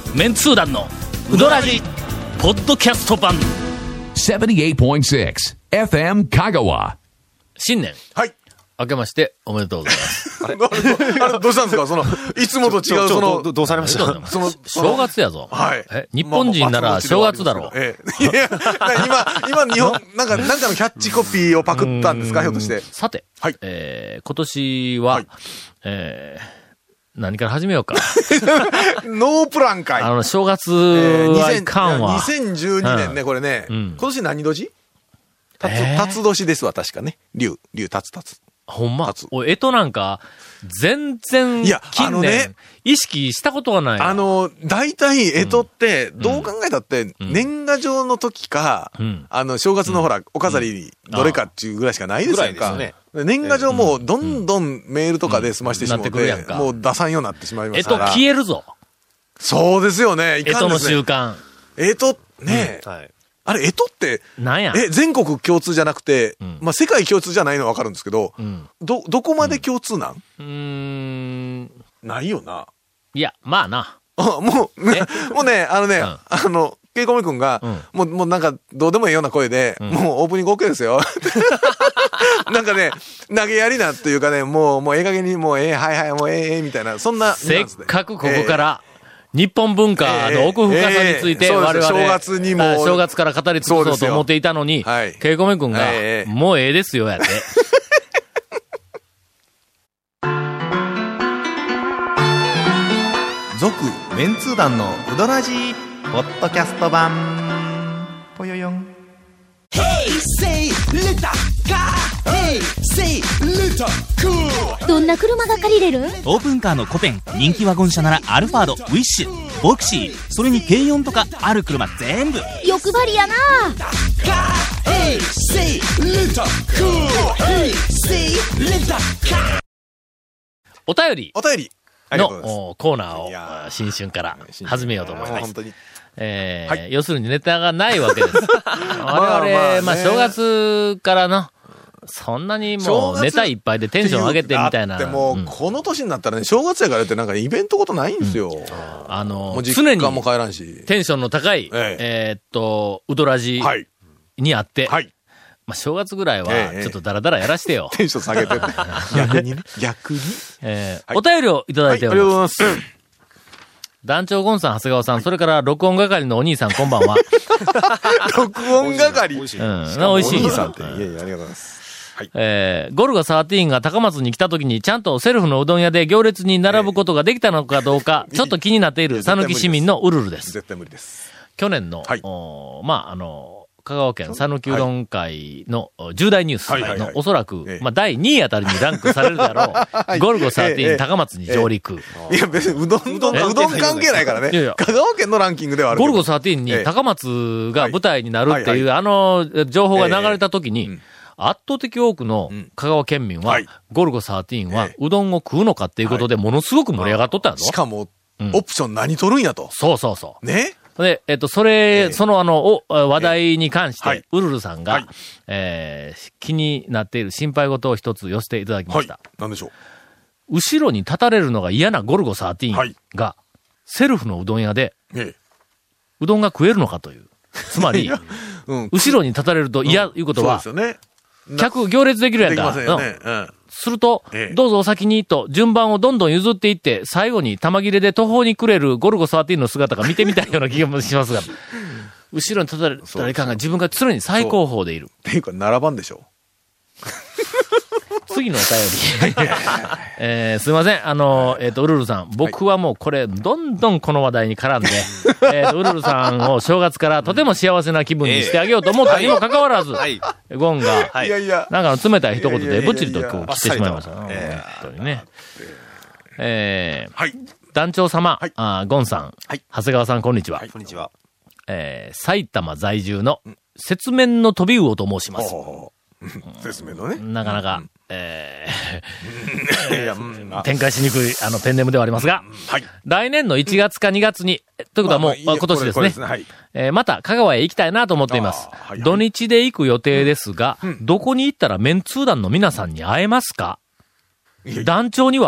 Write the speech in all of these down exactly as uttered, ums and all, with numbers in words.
メンツー団のウドラジポッドキャスト版ななじゅうはちてんろく エフエム 香川。 新年はい。 明けましておめでとうございますあれあれどうしたんですかその、いつもと違う、その、 どうされましたその、 正月やぞ。 はい。 え日本人なら正月だろう。 ええ。いや、今、今、日本、なんか、なんかのキャッチコピーをパクったんですかひょっとして。 さて、 はいえー、今年は、 はいえー、何から始めようか。 ノープラン会。 あの、正月えーはいかんわ。 にせんじゅうにねんね、これね。 うん今年何年たつ、 えーたつ年ですわ、確かね。竜、竜、たつたつ。 ほんま立つ。 おい、えとなんか、全然、 いや近あのね年、意識したことがない。 あの、大体、干支って、どう考えたって、年賀状の時か、 うんあの、正月のほら、お飾り、どれかっていうぐらいしかないですよぐらいですか。年賀状もう、どんどんメールとかで済ましてしまっなってくるやんて、 かもう出さんようになってしまいまえとすから。 消えるぞ。 そうですよね。いえとのかんですね。 習慣。 干支、ねはい。 あれ、干支って、 なんや。 え、全国共通じゃなくてん、 まあ、世界共通じゃないのはわかるんですけどう、ん。 ど、どこまで共通なんうーん。 ないよな。 いや、まあな。 あもう、ね、もうね、あのね、 んあの、ケイコメ君が、 うんもう、もうなんか、どうでもいいような声で、もうオープニング OK ですよ。なんかね、投げやりなっていうかね、もう、もうええ加減に、もうええ、はいはい、もうええ、ええ、みたいな、そんな。 せっかくここか、ら、日本文化の奥深さについてええええ我々、 そうです正月にもあ正月から語り尽くそうと思っていたのに、 そうですよはいケイコメ君が、 ええもうええですよ、やって。 続メンツー団のウドラジーポッドキャスト版ぽよよん。 どんな車が借りれるん？ オープンカーのコペン、人気ワゴン車ならアルファード、ウィッシュ、ボクシー、それに軽よんとかある車全部。 欲張りやな。 お便りお便り。ありがとうございのおコーナーいやーを新春から始めようと思います。 もう本当に。 えーはい要するにネタがないわけです。我々、 まあまあねまあ正月からの、そんなにも正月うネタいっぱいでテンション上げてみたいな。 だってもう、 うんこの年になったらね、正月やからってなんかイベントことないんですよ。 あのもう、 常実家もに帰らんし。 テンションの高い、 ええーっと、ウドラジはい。 にあって、 はい。 まあ正月ぐらいはええちょっとダラダラやらしてよ。 テンション下げてって。逆にね。逆に。はいえーお便りをいただはいい、 ておりありがとうごます。 ざいます。 団長ゴンさん、長谷川さん、それから録音係のお兄さん、こんばんは。 録音係。 美味しい。 うん、美味しい。 お兄さんって。いやいや、ありがとうございます。 えー、ゴルゴじゅうさんが高松に来た時にちゃんとセルフのうどん屋で行列に並ぶことができたのかどうか、ちょっと気になっている讃岐市民のウルルです。 絶対無理です。 去年の、 はいおまあ、あの、香川県讃岐うどん会の重大ニュースはいはいはいのおそらくええ、 まあ、だいにいあたりにランクされるであろう、ゴルゴじゅうさんええ高松に上陸。 いや、別にうどん、うどん、うどん関係ないからね。 いやいや香川県のランキングではあるけど。 ゴルゴじゅうさんにええ高松が舞台になるっていう、 はあの、情報が流れた時に、 うん圧倒的多くの香川県民は、 はいゴルゴじゅうさんはええうどんを食うのかっていうことでものすごく盛り上がっとったんやぞ。 しかも、 うんオプション何取るんやと。 そうそうそう。 ねで、えっと、それ、 ええそのあの、お話題に関して、 ええはいウルルさんが、 はいえー気になっている心配事を一つ寄せていただきまはいした。。 なんでしょう。 後ろに立たれるのが嫌なゴルゴじゅうさんはいが、セルフのうどん屋で、 ええ。 うどんが食えるのかという。つまり、 うん。 後ろに立たれると嫌、いうことは、 そうですよね。 客行列できるやんできか。 ませんよね。うん。 すると、 ええどうぞお先にと順番をどんどん譲っていって、最後に玉切れで途方に暮れるゴルゴじゅうさんの姿が見てみたいような気がしますが、後ろに立たれたらいかんが自分が常に最高峰でいる。 っていうか、並ばんでしょ。 次のお便り。えー、すいません。あの、えっ、と、ウルルさん。僕はもうこれ、どんどんこの話題に絡んで、えっと、ウルルさんを正月からとても幸せな気分にしてあげようと思ったにもかかわらず、 はい。 ゴンが、 はいいやいや。 なんかの冷たい一言いやいやいやいやでぶっちりとこう切ってしまいました。本え当にね。えー、 はい。 団長様、 はいあーゴンさん、 はい長谷川さん、こんにちは。 こんにちは。 えー、埼玉在住の、雪面の飛び魚と申します。 ほう。説明のね。 なかなか、えいや、うんー、展開しにくい、あの、ペンネームではありますが、 はい。 来年のいちがつかにがつに、えということはもう、 まあまあいい今年ですねこれこれはい。 えーまた、香川へ行きたいなと思っています。 あーはいはい土日で行く予定ですが、どこに行ったらメンツー団の皆さんに会えますか？ いやいや団長には、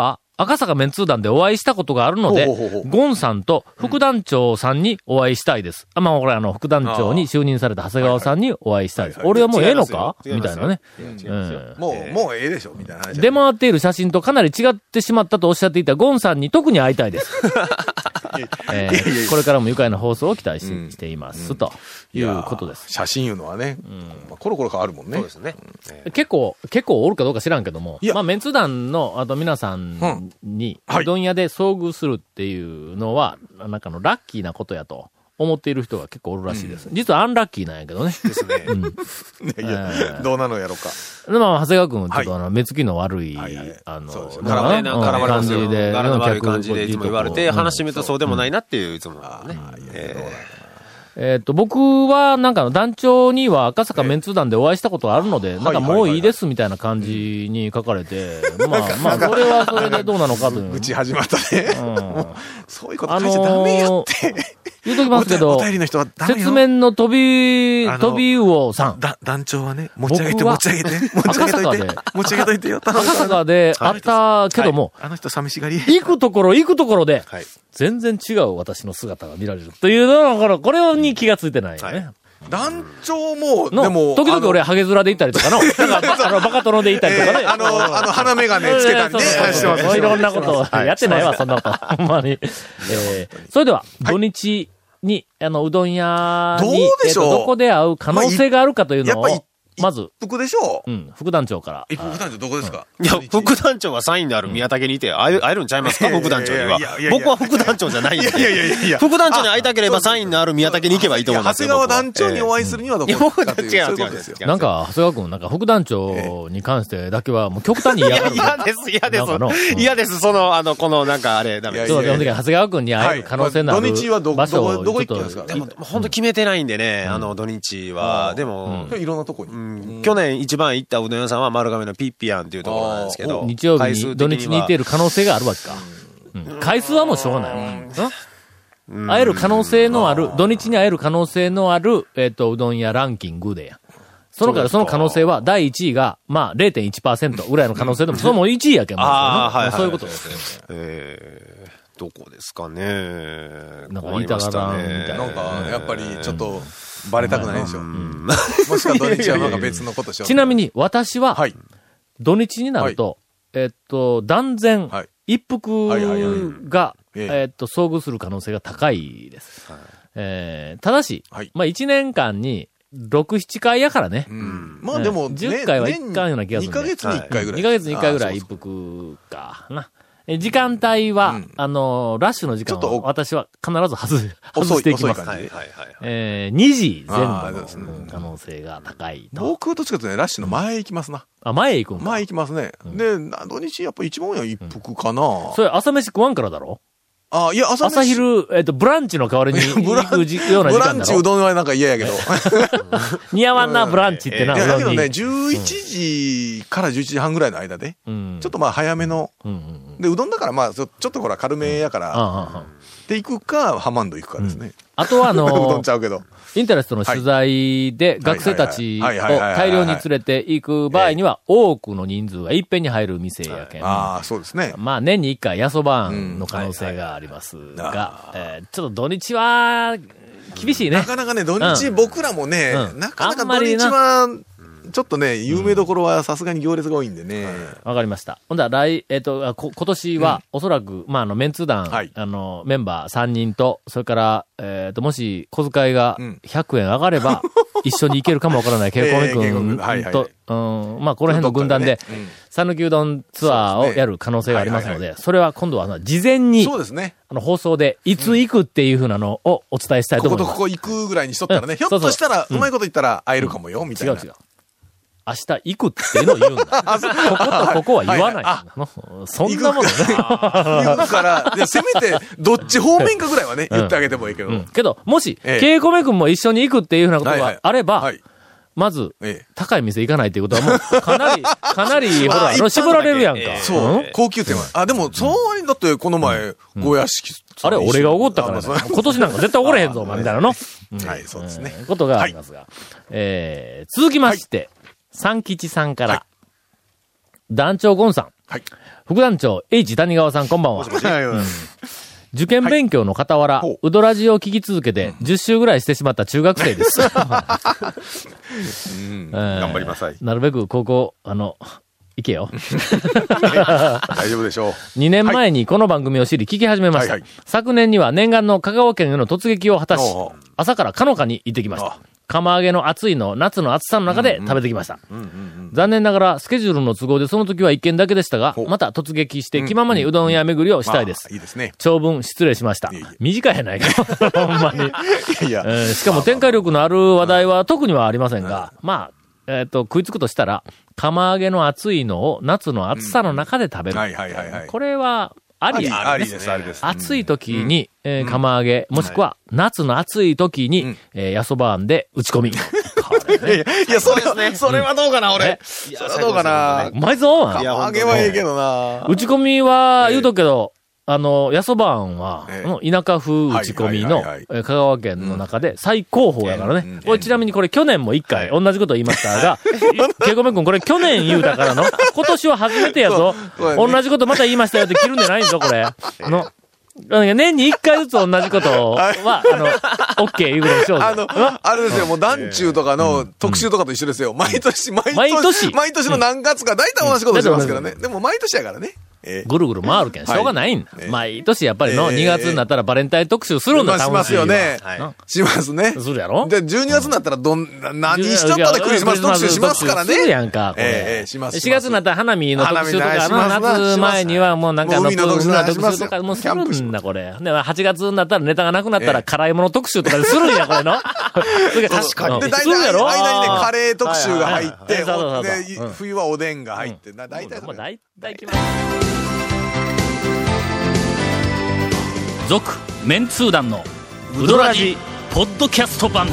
赤坂メンツー団でお会いしたことがあるのでほうほうほう、 ゴンさんと副団長さんにお会いしたいです。あ、まあ、これあの、副団長に就任された長谷川さんにお会いしたいです。俺はもうええのかみたいなね。うんもう、もうええでしょみたいな話。 出回っている写真とかなり違ってしまったとおっしゃっていたゴンさんに特に会いたいです。えーこれからも愉快な放送を期待し,、 うんしています、ということです。 写真いうのはね、まあコロコロ変わるもんね。 そうですね。 結構、結構おるかどうか知らんけどもい、やまあ、メンツ団の、あと皆さんに、 うんはいうどん屋で遭遇するっていうのは、なんかのラッキーなことやと思っている人が結構おるらしいです。実はアンラッキーなんやけどね。 ですね。 うん。 いやえーどうなのやろうか。 でまあ、長谷川君、ちょっとあの、目つきの悪い、 はいはいあの、 そうですよまあ柄ね、なんかうん絡まれますよ。 感じで、 柄の悪い感じでいつも言われて、 うん話してみるとそうでもないなっていう、いつもね。ええっと、僕は、なんか、団長には赤坂メンツー団でお会いしたことがあるので、なんかもういいですみたいな感じに書かれて、まあ、まあ、それはそれでどうなのかという。 うち始まったね。 うんそういうこと書いちゃダメやって。 言うときますけどお便りの人はダメよ。 説明の飛び、 あの飛び魚さん。 だ、団長はね、持ち上げて僕は持ち上げて。持ち上げといて赤坂で。 持ち上げといてよ。 赤坂で会ったけども、 あの人寂しがり。 行くところ行くところで、 はい。 全然違う私の姿が見られるというのは、これ、これに気がついてないよね。 団長も、での、 も、 時々俺、 あのハゲ面で行ったりとかの、なんか、あの、バカ殿で行ったりとかね。 えーあの、あの、鼻眼鏡つけたりね、 そうしてますそうそういろんなことをやってないわ、そんなこと。ほんまに。えーそれでは、土日に、あの、うどん屋に、 どうでしょうえーとどこで会う可能性があるかというのやっぱりを、まず、 服でしょうん、副団長から。 一服団長どこですかいや、副団長がサインである宮武にいて、会え会えるんちゃいますか、副団長には。僕は副団長じゃないんで。 いやいやいやいや副団長に会いたければサインのある宮武に行けばいいと思いますよ。 長谷川僕は団長にお会いするにはどこいや僕かという、 違うそういうことですよ違う違う。 なんか、長谷川君、なんか副団長に関してだけは、もう極端に嫌がる。 嫌です、嫌でなんかのうんす。嫌です、その、あの、この、なんかあれ、ダメです。 そう、基本的に長谷川君に会える可能性のあるはい土日はど場所をどこどこちょっと行くんですかでも、本当決めてないんでね、あの、土日は。でも、 いろんなとこに。 うん去年一番行ったうどん屋さんは丸亀のピッピアンっていうところなんですけど、 日曜日回数に、 的は土日にいている可能性があるわけか。うん回数はもうしょうがないわ。うん会える可能性のある、土日に会える可能性のある、えっと、うどん屋ランキングでや。そのからその可能性は、だいいちいが、まあ、れいてんいちパーセント ぐらいの可能性でも、それもいちいやけん、もうあーはいはいそういうことですね。 えー、どこですかね。 なんか言いたがらんみたいななんか、やっぱりちょっと、バレたくないでしょ。もしくは土日はなんか別のことしよう。 ちなみに、私は、 はい。 土日になると、えっと、断然はい、 一服はいはいはいが、 えええっと、遭遇する可能性が高いです。えーただし、 はいまあ、一年間に、ろく、ななかいやからね。 うんまあでも、 うんじゅっかいは行かんような気がするねにかげつにいっかいぐらい。 にかげつにいっかいぐらい一あーそう服かな。え時間帯は、 うんあのーラッシュの時間をちょっと私は必ず外す遅い外していきます。 遅い感じはいはいはい。 えー、にじ前後あーそうですねの可能性が高いと。 僕どっちかというとね、ラッシュの前行きますな。 あ、前へ行くんか。 前行きますね。で、な土日やっぱ一番や一服かな。 それ朝飯食わんからだろあ、いや、朝飯朝昼、えっ、と、ブランチの代わりにブラン行くじような時ブラン間だろチうどんはなんか嫌やけど。 似合わんな、ブランチってな、 いや、 うどんにだけどね、じゅういちじからじゅういちじはんぐらいの間で、 うんちょっとまあ早めの、 うんうんうん。 で、うどんだからまあ、ちょちょっとほら軽めやから、 ああああで行くか、ハマンド行くかですね。 あとは、あうどのんちゃうけど。 インタレストの取材で学生たちをはいはいはいはいはい大量に連れて行く場合には多くの人数がいっぺんに入る店やけん。 ああ、そうですね。 まあ年にいっかいやそばんの可能性がありますが、えーちょっと土日は厳しいねな。かなかね、土日、 うん僕らもね、 うんなかなかあんまりな土日は、ちょっとね、有名どころはさすがに行列が多いんでね。 わかりました。ほんだら来、えっ、と、あこ今年は、おそらく、まあ、あの、メンツ団、 はいあの、メンバーさんにんと、それから、えっ、と、もし、小遣いがうんひゃくえん上がれば、一緒に行けるかもわからない、ケイコメええケイコ君メはいはいと、うん、まあ、この辺の軍団でどっかでね、 讃岐うどんツアーをやる可能性がありますので、それは今度は、あの事前に、 そうですね。 あの、放送で、いつ行くっていうふうなのをお伝えしたいとこ思います。 ことここ行くぐらいにしとったらね、 うんひょっとしたら、 そうそううまいこと言ったら会えるかもよ、みたいな。 違う違う。明日行くっていうのを言うんだ。こことここは言わないんだの。そんなものね。 言うから、いやせめて、どっち方面かぐらいはね、言ってあげてもいいけど。 うんけど、もし、 ええケイコメ君も一緒に行くっていうふうなことはいはいがあれば、 はい。 まず、 ええ。 高い店行かないっていうことはもう、かなり、かなり、ほら、あのまあ一般絞られるやんか。 そう、 ん高級店は。あ、でも、その割にだって、この前、ご屋敷。 あれ、俺がおごったからね。 あまあそう今年なんか絶対おごれへんぞ、お前みたいなの。んはいそうですねえーことがありますが。えー続きまして、三吉さんから、団長ゴンさん。 はい。 副団長、H 谷川さん、こんばんは。受験勉強の傍ら、 はい、 うどラジを聞き続けて、じゅっ週ぐらいしてしまった中学生です。 うん、頑張りなさい。 なるべく高校、あの、行けよ。 大丈夫でしょう。 にねんまえにこの番組を知り聞き始めました。はいはい、昨年には念願の香川県への突撃を果たし、朝からかのかに行ってきました。釜揚げの暑いの、夏の暑さの中で食べてきました。残念ながらスケジュールの都合でその時は一件だけでしたが、また突撃して気ままにうどん屋巡りをしたいです。 いいですね。 長文失礼しました。いやいや短いやないか。ほんまに。 いや、 えー、しかも展開力のある話題は特にはありませんが、まあ、えっと、食いつくとしたら、釜揚げの暑いのを夏の暑さの中で食べる。 はいはいはいはい。 これは、ありあり、ありです、ありです。 暑い時に、えー、釜揚げ、もしくは夏の暑い時に、えー、やそばあんで打ち込み。 いや、それはね、それはどうかな、俺。それはどうかな。 うまいぞ。 釜揚げはええけどな。 打ち込みは、言うとくけど、あの、やそばあんは、田舎風打ち込みの、香川県の中で最高峰やからね。これちなみにこれ去年も一回同じこと言いましたが、ケイコメ君これ去年言うたからの、今年は初めてやぞ。同じことまた言いましたよって切るんじゃないんぞ、これ。の年に一回ずつ同じことは、あの、オッケー言うことでしょう。 あの、あれですよ、もう団中とかの特集とかと一緒ですよ。毎年、毎年、毎年、毎年の何月か大体同じことしてますからね。でも毎年やからね。 ぐるぐる回るけん、しょうがないんだ。毎年やっぱりのにがつになったらバレンタイン特集するんだ、 しますよね。しますね。 するやろで、じゅうにがつになったらどん、何しちゃったらクリスマス特集しますからね。 するやんか、これ。しがつになったら花見の特集とか、夏前にはもうなんかの海の特集とかもするんだ、これ。で、はちがつになったらネタがなくなったら辛いもの特集とかでするんや、これの。 確かに。で、大体間にね、カレー特集が入って、冬はおでんが入って、大体それ。 大体決まる。続メンツー団のウドラジポッドキャスト版。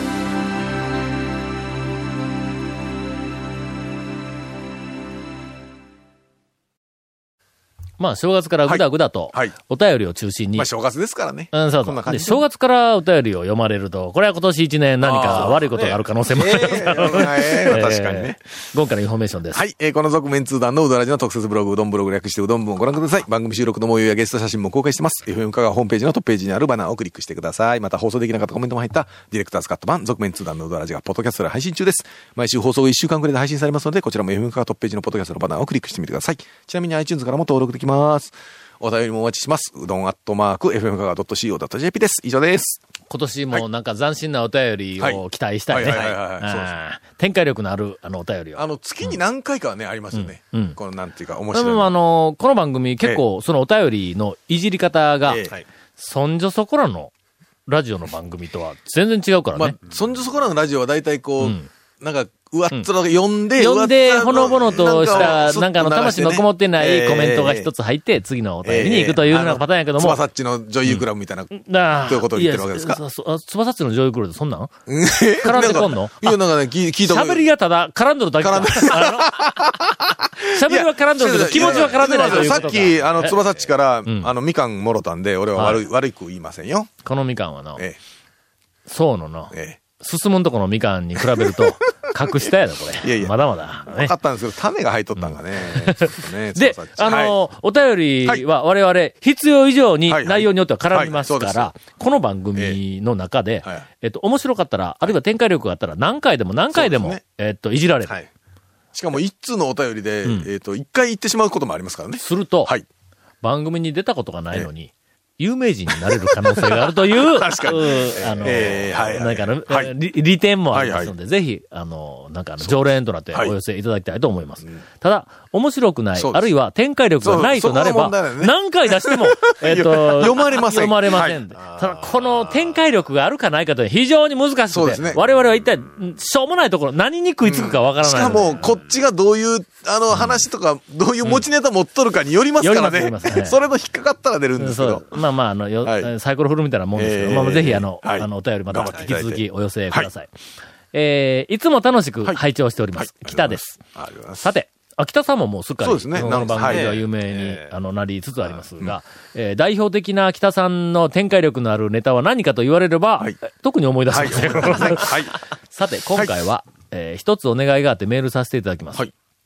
まあ正月からぐだぐだとお便りを中心に、 まあ正月ですからね。 うん、そうそう。で正月からお便りを読まれると、これは今年一年何か悪いことがある可能性もありますからね。 確かにね。 今回のインフォメーションです。 はい、えー、この続メンツー団のうどらじの特設ブログ、うどんブログ略してうどん部をご覧ください。番組収録の模様やゲスト写真も公開してます。エフエム 香川ホームページのトップページにあるバナーをクリックしてください。また放送できなかったコメントも入ったディレクターズカット版続メンツー団のうどらじがポッドキャストで配信中です。毎週放送いっしゅうかんくらいで配信されますので、こちらも エフエム 香川トップページのポッドキャストのバナーをクリックしてみてください。ちなみに iTunes からも登録できます。お便りもお待ちします。うどんアットマーク エフエム 香川 ドット シーオー ドット ジェーピー です。以上です。 今年もなんか斬新なお便りを期待したいね。展開力のあるあのお便りを。 あの、月に何回かはね、ありますよね。うん。このなんていうか面白い。 でもあの、この番組結構そのお便りのいじり方が、そんじょそこらのラジオの番組とは全然違うからね。 まあ、そんじょそこらのラジオは大体こう、なんか、うわっつら読んで、 読んで、ほのぼのとした、なんかあの、魂のこもってないコメントが一つ入って、次のお便りに行くというようなパターンやけども。 つばさっちの女優クラブみたいな、ということを言ってるわけですか？ つばさっちの女優クラブってそんなん絡んでこんの？ いや、なんかね、聞いたこと。 喋りがただ、絡んどるだけか。喋りは絡んどるけど、気持ちは絡んでないということか。 さっき、あの、つばさっちから、あの、みかんもろたんで、俺は悪悪く言いませんよ。 このみかんはな、そうのな、進むんとこのみかんに比べると、格下やな、これ。いやいや。まだまだ。 分かったんですけど、種が入っとったんがね。 で、あの、お便りは我々、必要以上に内容によっては絡みますから、この番組の中で、えっと、面白かったら、あるいは展開力があったら、何回でも何回でも、えっと、いじられる。 しかも、一通のお便りで、えっと、一回言ってしまうこともありますからね。 すると、番組に出たことがないのに、有名人になれる可能性があるという、 確かに。 あの、なんかの、利点もありますので、ぜひ、あの、なんか常連となってお寄せいただきたいと思います。ただ、面白くない、あるいは展開力がないとなれば、何回出しても、えっと、 読まれません。 読まれません。ただ、この展開力があるかないかというのは非常に難しくて、我々は一体、しょうもないところ、何に食いつくかわからない。 しかも、こっちがどういう、あの、話とか、どういう持ちネタ持っとるかによりますからね。それの引っかかったら出るんですけど。 まあまあ、あの、よ、はい、サイコロ振るみたいなもんですけど、えー、まあ、ぜひあの、はい、あの、お便りまた引き続きお寄せください。はい、えー、いつも楽しく拝聴しております。はい、北です。さて、あ、北さんももうすっかり、そうですね、この番組では有名に、はい、あの、なりつつありますが、うん、えー、代表的な北さんの展開力のあるネタは何かと言われれば、はい、特に思い出しません。はい、さて、今回は、はい、えー、一つお願いがあってメールさせていただきます。はい、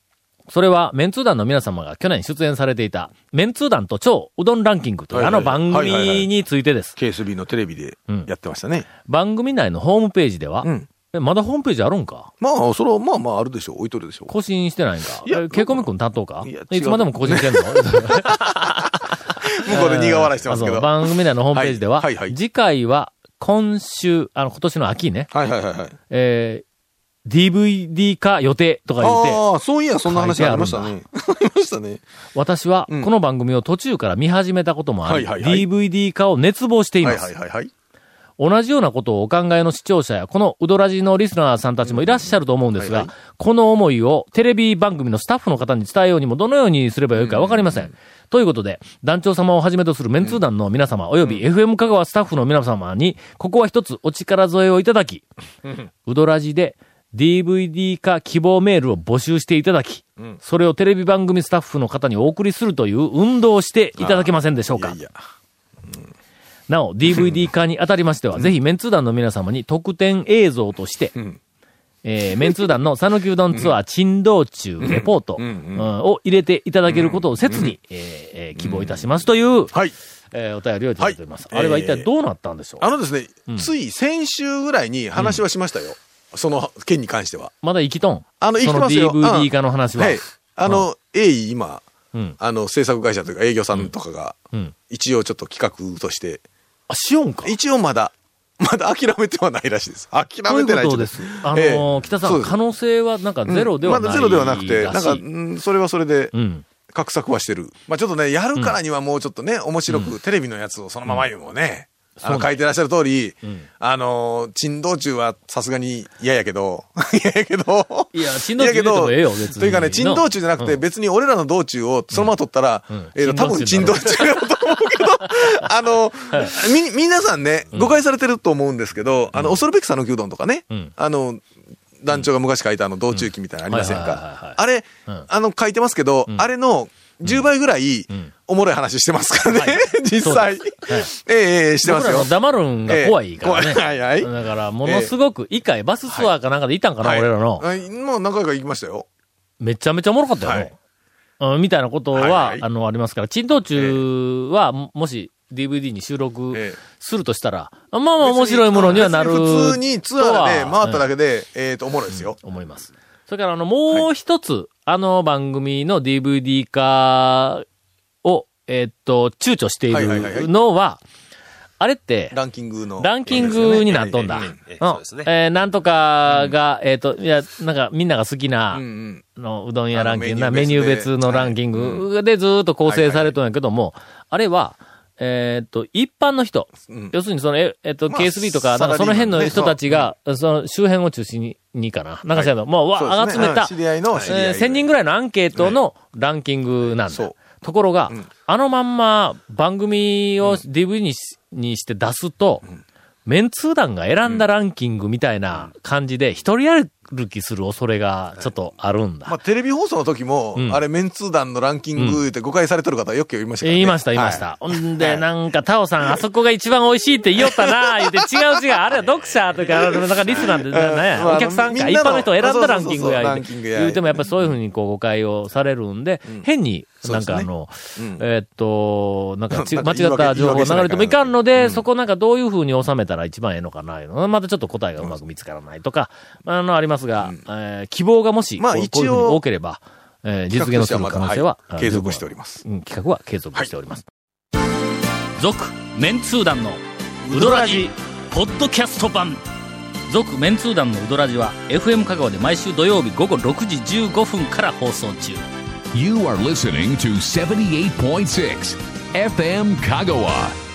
それは、メンツー団の皆様が去年出演されていた、メンツー団と超うどんランキングというあの番組についてです。 ケーエスビー のテレビでやってましたね。うん、 番組内のホームページでは、うん、えまだホームページあるんか？ まあ、それはまあまああるでしょう。置いとるでしょう。 更新してないんか？いや、ケイコミ君担当か？いや、いつまでも更新してんの？ 向こうで苦笑いしてますけど。 番組内のホームページでは、はいはいはい、次回は今週、あの、今年の秋ね。 はいはいはいはい。 えー、ディーブイディー 化予定とか言って。 ああ、そういや、そんな話ありましたね。ありましたね。 私は、この番組を途中から見始めたこともあり、うんはいはいはい、ディーブイディー 化を熱望しています。はいはいはいはい。同じようなことをお考えの視聴者や、このウドラジのリスナーさんたちもいらっしゃると思うんですが、うんはいはい、この思いをテレビ番組のスタッフの方に伝えようにもどのようにすればよいかわかりません。うんうんうん、ということで、団長様をはじめとするメンツー団の皆様、および エフエム 香川スタッフの皆様に、ここは一つお力添えをいただき、ウドラジで ディーブイディー 化希望メールを募集していただき、それをテレビ番組スタッフの方にお送りするという運動をしていただけませんでしょうか。いやいやなお、ディーブイディー 化にあたりましては、ぜひメンツー団の皆様に特典映像として、うんえー、メンツー団の讃岐うどんツアー珍道中レポート、うんうんうん、を入れていただけることを切に、うんえー、希望いたしますという、はいえー、お便りをいただいております。はい、あれは一体どうなったんでしょう、 えー、あのですね、うん、つい先週ぐらいに話はしましたよ。うん、その件に関しては。 まだ生きとんあの、生きてますよ。 その ディーブイディー 化の話は。はい。 あの、鋭意今、うん、あの、制作会社というか営業さんとかが、うんうん、一応ちょっと企画として、 あ、しよんか。 一応まだ、まだ諦めてはないらしいです。諦めてない。 そういうことです。あのーえー、北さん、可能性はなんかゼロではない、うん、まだゼロではなくて、なんか、うん、それはそれで、画策はしてる。まあちょっとね、やるからにはもうちょっとね、面白く、うん、テレビのやつをそのまま言うもね、うん、あの、書いてらっしゃる通り、うん、あのー、珍道中はさすがに嫌やけど、嫌やけど、 いや、珍道中でもええよ、別に。 というかね、珍道中じゃなくて、別に俺らの道中をそのまま取ったら、うんうん、えー、多分珍道中だと思うけど、あの、はい、み、皆さんね、誤解されてると思うんですけど、うん、あの、恐るべき讃岐うどんとかね、うん、あの、団長が昔書いたあの、道中記みたいなのありませんか？あれ、うん、あの、書いてますけど、うん、あれのじゅうばいぐらい、おもろい話してますからね、はい、実際。はい、ええー、してますよ。 僕らの黙るんが怖いからね。 えー、はいはい。 だから、ものすごく、一回バスツアーかなんかで行ったんかな、はい、俺らの。 はい、もう何回か行きましたよ。 めちゃめちゃおもろかったよ。はいうん、みたいなことは、はいはい、あの、ありますから、珍道中は、えー、もし、ディーブイディー に収録するとしたら、えー、まあまあ面白いものにはなる。 普通にツアーで回っただけで、うん、えっと、おもろいですよ。 うん、思います。それから、あの、もう一つ、はい、あの番組の ディーブイディー 化を、えー、っと、躊躇しているのは、あれって、 ランキングの。 ランキングになっとんだ。そうですね。えー、なんとかが、うん、えっ、ー、と、いや、なんか、みんなが好きな、うんうん、のうどん屋ランキング、なメニュー別のランキングでずーっと構成されとんやけども、はいはい、あれは、えっ、ー、と、一般の人、うん、要するにその、えっ、ー、と、まあ、ケーエスビー とか、なんかその辺の人たちが、ね、その周辺を中心に、にかな。なんかしらの、はい、もう、わ、ね、集めた、 知り合いの知り合い、 えー、せんにんぐらいのアンケートのランキングなんだ。はい、ところが、うん、あのまんま番組を ディーブイディー にし、にして出すと、うん、メンツー団が選んだランキングみたいな感じで、一人歩きする恐れがちょっとあるんだ。 まあ、テレビ放送の時も、うん、あれメンツー団のランキングって誤解されてる方よく言いましたからね。 言いました、言いました。ほ、はい、んで、なんか、タオさん、あそこが一番美味しいって言おったな言って、違う違う、あれは読者とか、なんかリスナーで、ね、お客さんか、一般の人を選んだランキングや言って、言うてもやっぱりそういうふうにこう誤解をされるんで、うん、変に、なんかあの、ねうん、えー、っと、なんかち間違った情報が流れてもいかんので、うん、そこなんかどういう風に収めたら一番ええのかな、またちょっと答えがうまく見つからないとか、あの、ありますが、うんえー、希望がもし、まあ、こういう風に多ければ、えー、実現のする可能性は、 はい、継続しております。 うん、企画は継続しております。続、はい、メンツー団のウドラジ、ポッドキャスト版。続、メンツー団のウドラジは、エフエム 香川で毎週土曜日午後ろくじじゅうごふんから放送中。 You are listening to seventy-eight point six エフエム 香川